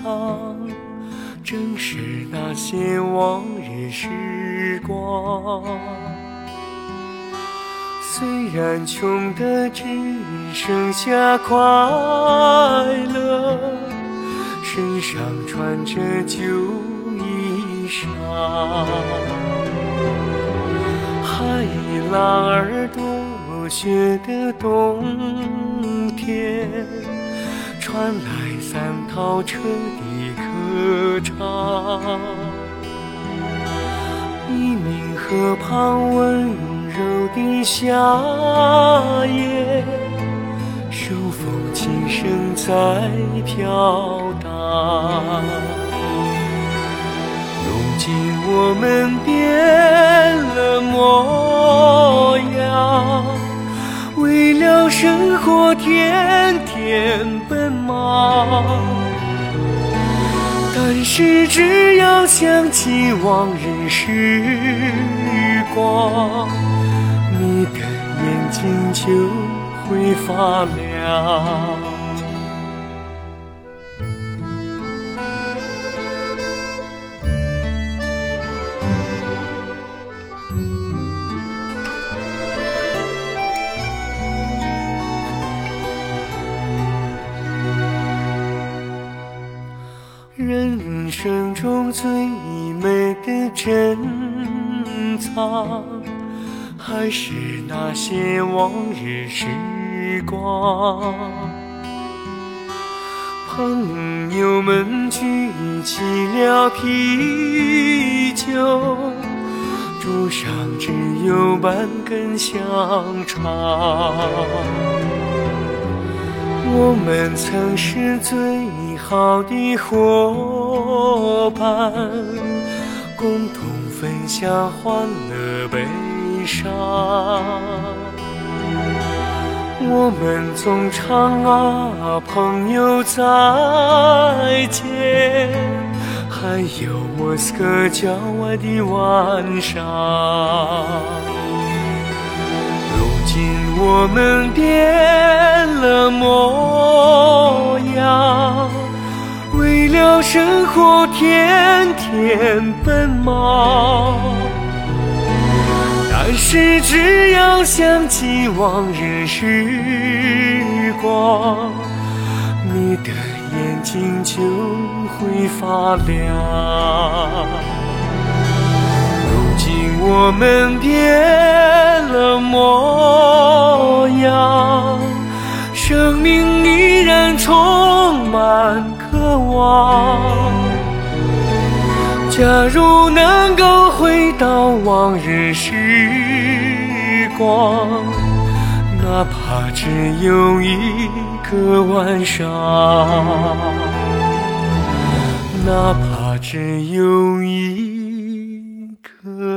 正是那些往日时光。虽然穷得只剩下快乐，身上穿着旧衣裳，海浪儿多雪的冬天，传来三套车的歌唱。黎明河畔温柔的夏夜，手风琴声在飘荡。如今我们变了模样，为了生活天天奔忙。但是只要想起往日时光，你的眼睛就会发亮。人生中最美的珍藏，还是那些往日时光。朋友们举起了啤酒，桌上只有半根香肠。我们曾是最好的伙伴，共同分享欢乐悲伤。我们总唱啊朋友再见，还有莫斯科郊外的晚上。如今我们变了模样，为了生活天天奔忙。但是只要想起往日时光，你的眼睛就会发亮。如今我们变了模样，生命依然充满渴望。假如能够回到往日时光，哪怕只有一个晚上，哪怕只有一个